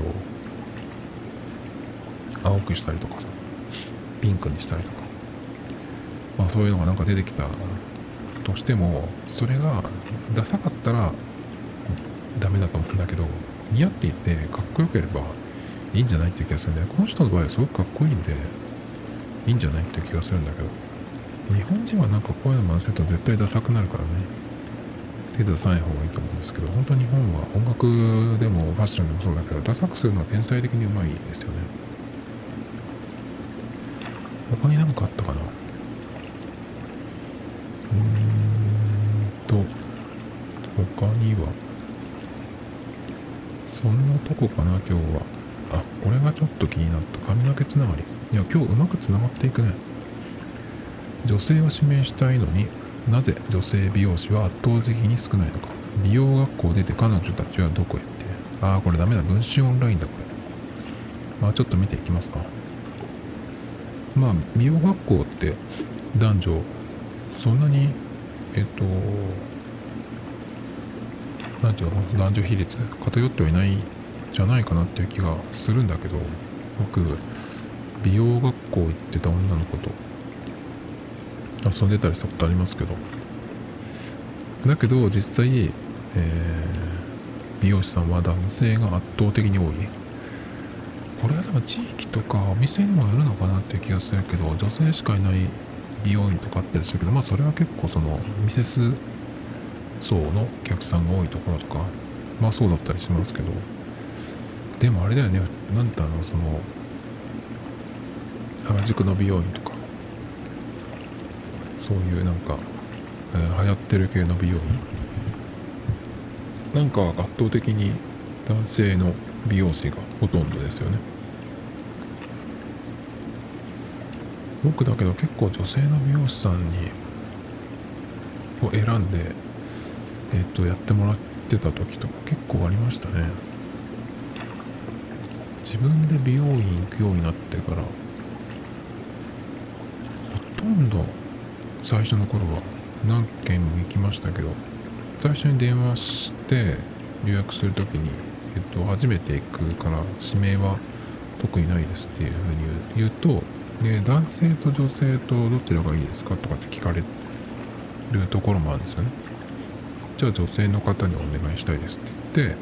青くしたりとかさ、ピンクにしたりとか、そういうのがなんか出てきたとしても、それがダサかったらダメだと思うんだけど、似合っていてかっこよければいいんじゃないっていう気がするんだよね。この人の場合はすごくかっこいいんでいいんじゃないっていう気がするんだけど、日本人はなんかこういうの回せると絶対ダサくなるからね、手出さない方がいいと思うんですけど、本当に日本は音楽でもファッションでもそうだけど、ダサくするのは天才的にうまいですよね。他に何かあったかな。他にはそんなとこかな今日は。これがちょっと気になった。髪の毛つながり。いや、今日うまくつながっていくね。女性を指名したいのになぜ女性美容師は圧倒的に少ないのか。美容学校を出て彼女たちはどこへって。これダメだ。文春オンラインだこれ。ちょっと見ていきますか。美容学校って男女そんなになんていうの、男女比率偏ってはいないじゃないかなっていう気がするんだけど、僕美容学校行ってた女の子と遊んでたりしたことありますけど、だけど実際、美容師さんは男性が圧倒的に多い。これは多分地域とかお店にもよるのかなっていう気がするけど、女性しかいない美容院とかあったりするけど、まあそれは結構そのミセス層のお客さんが多いところとか、まあそうだったりしますけど、でもあれだよね、なんてその原宿の美容院とか、そういうなんか、流行ってる系の美容院なんかは圧倒的に男性の美容師がほとんどですよね。僕だけど結構女性の美容師さんを選んで、やってもらってた時とか結構ありましたね。自分で美容院行くようになってからほとんど最初の頃は何件も行きましたけど、最初に電話して予約するときに、初めて行くから指名は特にないですっていうふうに言うと、で男性と女性とどちらがいいですかとかって聞かれるところもあるんですよね。じゃあ女性の方にお願いしたいですって言って、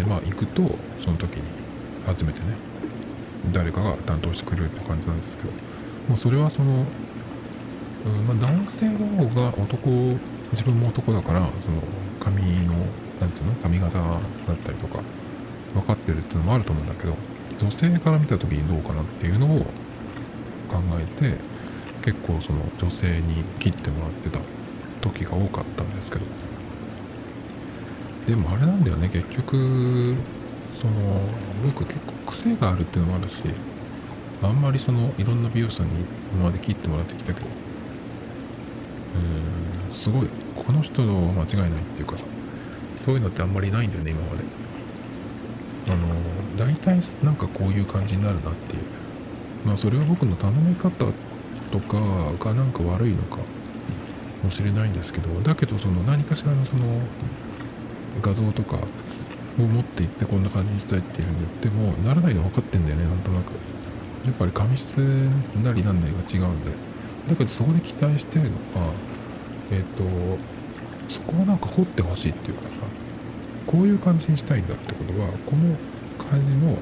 まあ行くとその時に初めてね誰かが担当してくれるって感じなんですけど、もうそれはその、まあ、男性の方が自分も男だからその髪のなんていうの髪型だったりとか分かってるっていうのもあると思うんだけど、女性から見た時にどうかなっていうのを考えて結構その女性に切ってもらってた時が多かったんですけど、でもあれなんだよね、結局その僕結構癖があるっていうのもあるし、あんまりそのいろんな美容師さんに今まで切ってもらってきたけど、すごいこの人の間違いないっていうかさ、そういうのってあんまりないんだよね今まで。大体なんかこういう感じになるなっていう、まあそれは僕の頼み方とかがなんか悪いのかもしれないんですけど、だけどその何かしらのその画像とかを持っていってこんな感じにしたいっていうふうに言ってもならないの分かってんだよね、なんとなく。やっぱり髪質なりなんなりが違うんで、だけどそこで期待してるのはそこをなんか掘ってほしいっていうかさ、こういう感じにしたいんだってことはこの感じの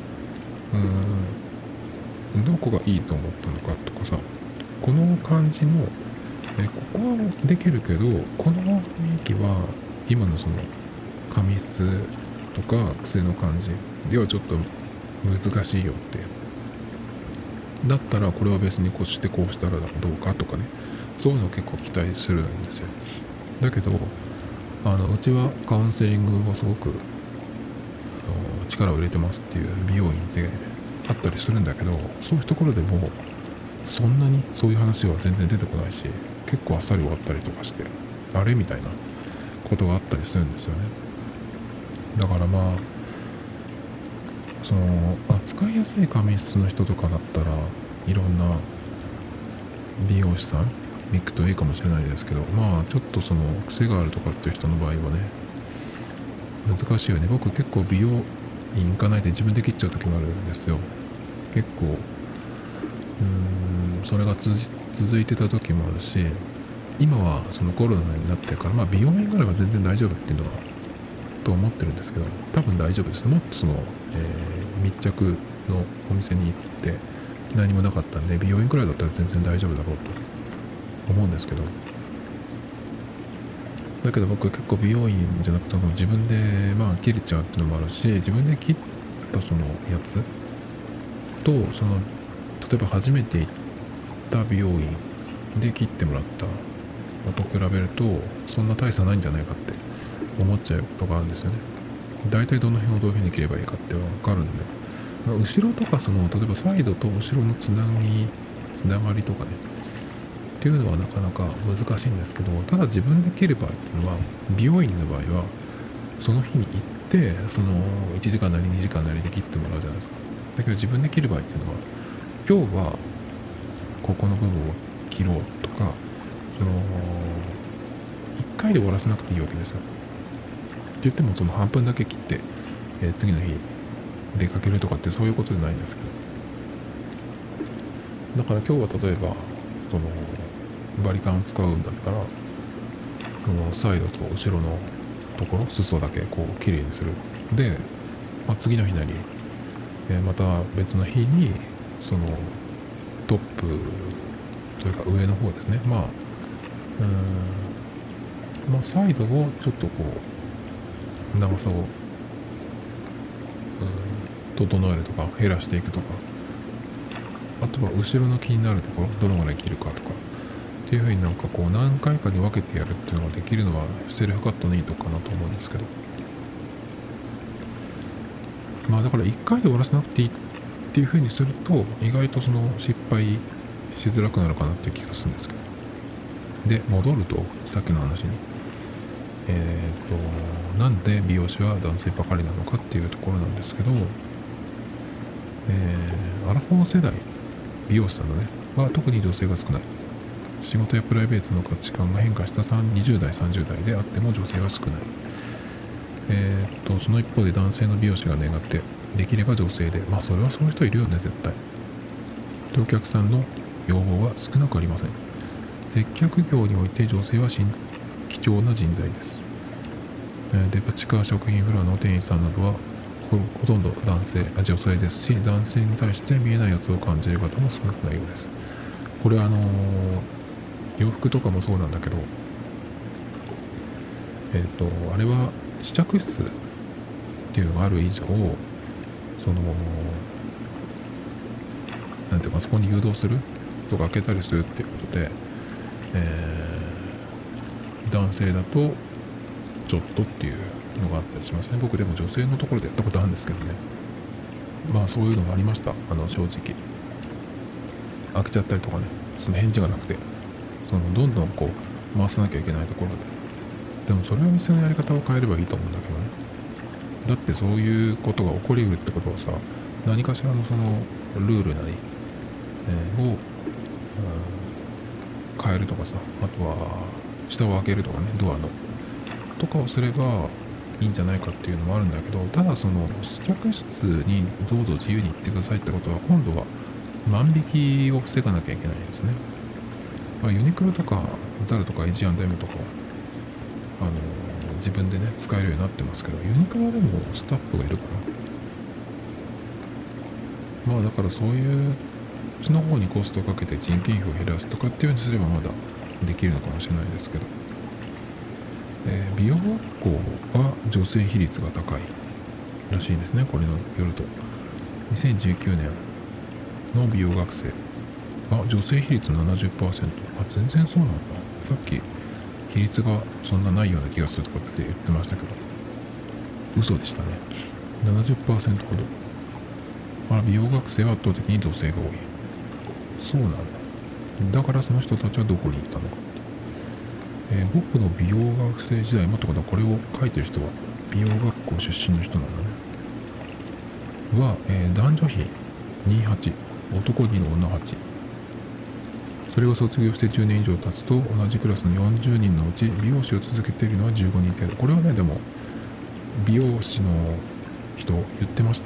どこがいいと思ったのかとかさ、この感じのここはできるけどこの雰囲気は今のその髪質とか癖の感じではちょっと難しいよって、だったらこれは別にこうしてこうしたらどうかとかね、そういうのを結構期待するんですよ。だけどうちはカウンセリングをすごく力を入れてますっていう美容院ってあったりするんだけど、そういうところでもそんなにそういう話は全然出てこないし、結構あっさり終わったりとかしてあれみたいなことがあったりするんですよね。だからまあその扱いやすい髪質の人とかだったらいろんな美容師さん行くといいかもしれないですけど、まあちょっとその癖があるとかっていう人の場合はね難しいよね。僕結構美容院行かないで自分で切っちゃう時もあるんですよ。結構それが続いてた時もあるし、今はそのコロナになってから、まあ美容院ぐらいは全然大丈夫っていうのはと思ってるんですけど、多分大丈夫ですね。もっとその、密着のお店に行って何もなかったんで、美容院くらいだったら全然大丈夫だろうと思うんですけど、だけど僕結構美容院じゃなくて自分でまあ切れちゃうっていうのもあるし、自分で切ったそのやつとその例えば初めて行った美容院で切ってもらったのと比べるとそんな大差ないんじゃないかって思っちゃうことがあるんですよね。大体どの辺をどういうふうに切ればいいかって分かるんで、まあ、後ろとかその例えばサイドと後ろのつながりとかねっていうのはなかなか難しいんですけど、ただ自分で切る場合っていうのは美容院の場合はその日に行ってその1時間なり2時間なりで切ってもらうじゃないですか。だけど自分で切る場合っていうのは今日はここの部分を切ろうとか、その1回で終わらせなくていいわけですよ。って言ってもその半分だけ切って、次の日出かけるとかってそういうことじゃないんですけど、だから今日は例えばそのバリカンを使うんだったらそのサイドと後ろのところ裾だけこう綺麗にするで、まあ、次の日なり、また別の日にそのトップというか上の方ですね。サイドをちょっとこう長さを整えるとか減らしていくとか、あとは後ろの気になるところどのぐらい切るかとかっていう風になんかこう何回かに分けてやるっていうのができるのはセルフカットのいいとこかなと思うんですけど、だから1回で終わらせなくていいっていう風にすると意外とその失敗しづらくなるかなっていう気がするんですけど。で戻るとさっきの話になんで美容師は男性ばかりなのかっていうところなんですけど、アラフォー世代美容師さんのねは特に女性が少ない。仕事やプライベートの価値観が変化した20代30代であっても女性は少ない。その一方で男性の美容師が願ってできれば女性で、それはそういう人いるよね絶対。でお客さんの要望は少なくありません。接客業において女性は貴重な人材です。デパ地下食品フロアの店員さんなどはほとんど女性ですし、男性に対して見えないやつを感じる方も少なくないようです。これ洋服とかもそうなんだけど、あれは試着室っていうのがある以上、なんていうかそこに誘導するとか開けたりするっていうことで、男性だとちょっとっていうのがあったりしますね。僕でも女性のところでやったことあるんですけどね。そういうのがありました。正直開けちゃったりとかね、その返事がなくてどんどんこう回さなきゃいけないところでもそれは店のやり方を変えればいいと思うんだけどね。だってそういうことが起こりうるってことはさ、何かしらのそのルールなり、を、変えるとかさ、あとは下を開けるとかね、ドアのとかをすればいいんじゃないかっていうのもあるんだけど、ただその試着室にどうぞ自由に行ってくださいってことは今度は万引きを防がなきゃいけないんですね。ユニクロとかザルとか H&M とか自分でね使えるようになってますけど、ユニクロでもスタッフがいるかな。だからそういうその方にコストをかけて人件費を減らすとかっていうふうにすればまだできるのかもしれないですけど、美容学校は女性比率が高いらしいですね。これによると2019年の美容学生女性比率 70%。全然そうなんだ。さっき比率がそんなないような気がするとかって言ってましたけど、嘘でしたね。70% ほど。美容学生は圧倒的に女性が多い。そうなんだ。だからその人たちはどこに行ったのか。僕の美容学生時代もってことは、これを書いてる人は美容学校出身の人なんだね。男女比28、男2の女8。それを卒業して10年以上経つと、同じクラスの40人のうち美容師を続けているのは15人程度。これはね、でも美容師の人言ってました。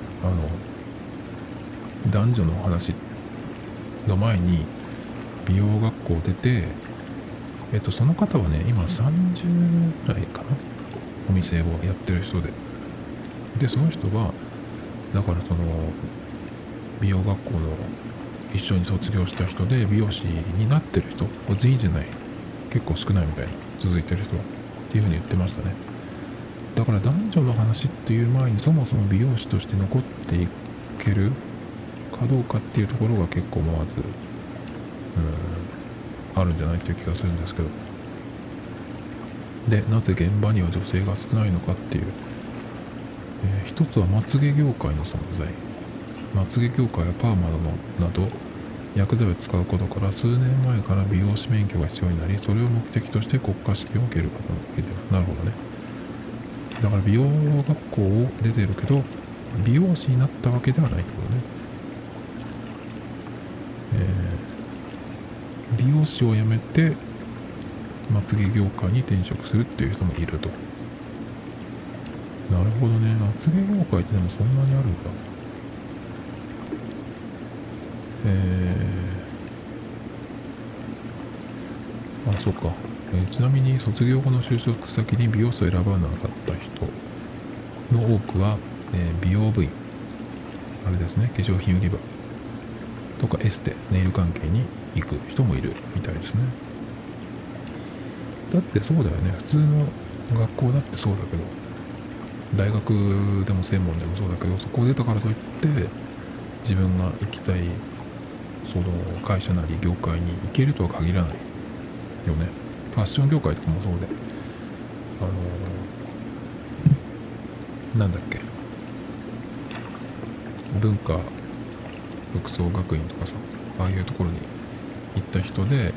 男女の話の前に美容学校出て、その方はね今30ぐらいかな、お店をやってる人で、その人はだから美容学校の一緒に卒業した人で美容師になってる人全員じゃない、結構少ないみたいな、続いてる人はっていうふうに言ってましたね。だから男女の話っていう前にそもそも美容師として残っていけるかどうかっていうところが結構まずあるんじゃないという気がするんですけど、でなぜ現場には女性が少ないのかっていう、一つはまつげ業界の存在。まつげ業界はパーマなど薬剤を使うことから数年前から美容師免許が必要になり、それを目的として国家試験を受ける方もいてます。なるほどね。だから美容学校を出てるけど美容師になったわけではないってことね。美容師を辞めてまつげ業界に転職するっていう人もいると。なるほどね。まつげ業界ってでもそんなにあるんだ。そうか。ちなみに卒業後の就職先に美容師を選ばなかった人の多くは、美容部員、あれですね、化粧品売り場とかエステ、ネイル関係に行く人もいるみたいですね。だってそうだよね、普通の学校だってそうだけど、大学でも専門でもそうだけど、そこを出たからといって自分が行きたいその会社なり業界に行けるとは限らないよね。ファッション業界とかもそうで、なんだっけ、文化服装学院とかさ、ああいうところに行った人で、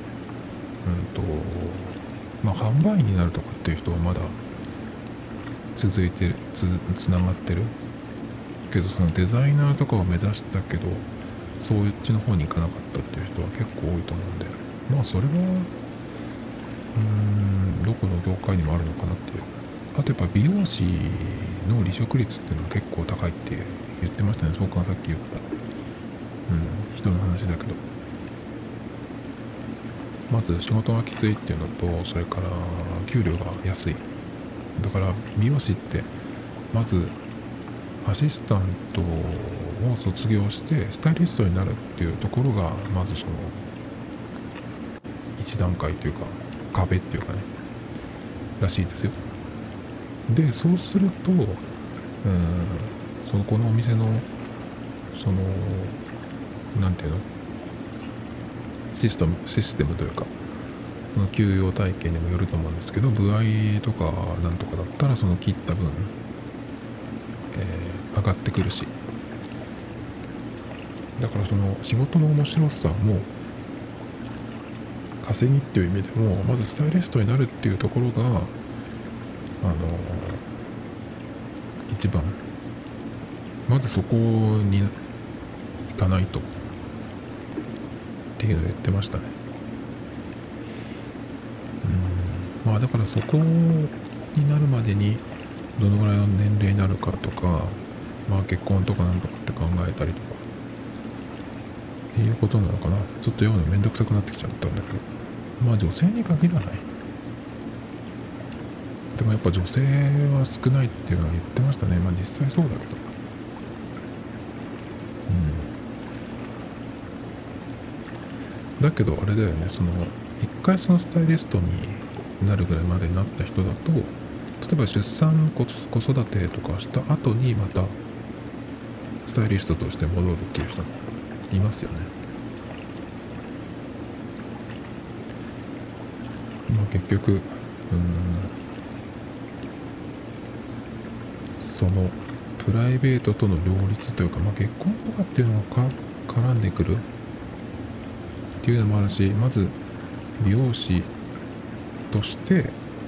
販売員になるとかっていう人はまだ続いてる、つながってるけど、そのデザイナーとかを目指したけどそういうっちの方に行かなかったっていう人は結構多いと思うんで、まあそれはどこの業界にもあるのかなっていう。あとやっぱ美容師の離職率っていうのは結構高いって言ってましたね。そうか、さっき言った人の話だけど、まず仕事がきついっていうのと、それから給料が安い。だから美容師ってまずアシスタントを卒業してスタイリストになるっていうところがまずその一段階というか壁っていうかね、らしいですよ。でそうするとそのこのお店のそのなんていうのシステムというか、その給与体系にもよると思うんですけど、歩合とかなんとかだったらその切った分、上がってくるし、だからその仕事の面白さも稼ぎっていう意味でも、まずスタイリストになるっていうところが一番、まずそこに行かないとっていうのを言ってましたね。まあだからそこになるまでにどのぐらいの年齢になるかとか、まあ結婚とかなんとかって考えたりとかっていうことなのかな。ちょっと読むのめんどくさくなってきちゃったんだけど、まあ女性に限らない。でもやっぱ女性は少ないっていうのは言ってましたね。まあ実際そうだけど、だけどあれだよね、その一回そのスタイリストになるぐらいまでになった人だと、例えば出産子育てとかした後にまたスタイリストとして戻るっていう人もいますよね。まあ結局そのプライベートとの両立というか、まあ結婚とかっていうのが絡んでくるっていうのもあるし、まず美容師として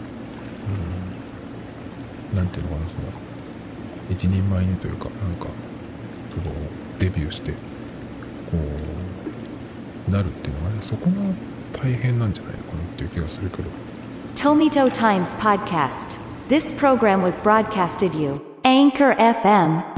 なんていうのかな、その一人前にというか、なんかそのデビューしてこうなるっていうのがね、そこが大変なんじゃないのかなっていう気がするけど。 Tomito Times Podcast. This program was broadcasted you Anchor FM